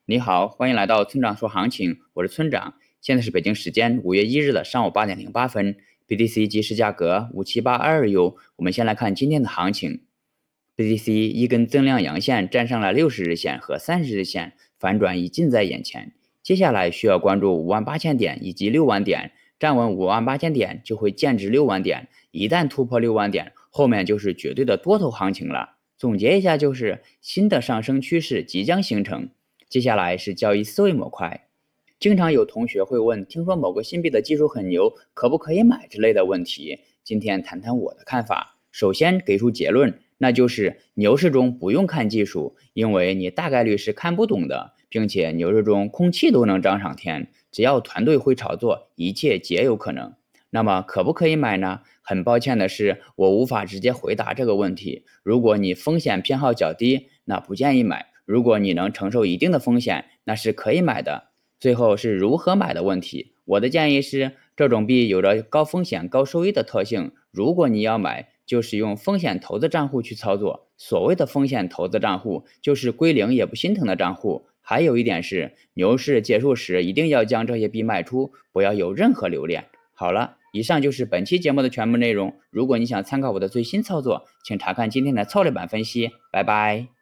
你好，欢迎来到村长说行情，我是村长。现在是北京时间5月1日的上午8点08分，BTC 即时价格57822U。我们先来看今天的行情，BTC 一根增量阳线站上了60日线和30日线，反转已近在眼前。接下来需要关注58000点以及6万点，站稳58000点就会见至6万点，一旦突破6万点，后面就是绝对的多头行情了。总结一下，就是新的上升趋势即将形成。接下来是交易思维模块。经常有同学会问，听说某个新币的技术很牛，可不可以买之类的问题。今天谈谈我的看法。首先给出结论，那就是牛市中不用看技术，因为你大概率是看不懂的，并且牛市中空气都能涨上天，只要团队会炒作，一切皆有可能。那么可不可以买呢？很抱歉的是，我无法直接回答这个问题。如果你风险偏好较低，那不建议买。如果你能承受一定的风险，那是可以买的。最后是如何买的问题，我的建议是，这种币有着高风险高收益的特性，如果你要买，就使用风险投资账户去操作。所谓的风险投资账户，就是归零也不心疼的账户。还有一点是，牛市结束时一定要将这些币卖出，不要有任何留恋。好了，以上就是本期节目的全部内容。如果你想参考我的最新操作，请查看今天的策略版分析。拜拜。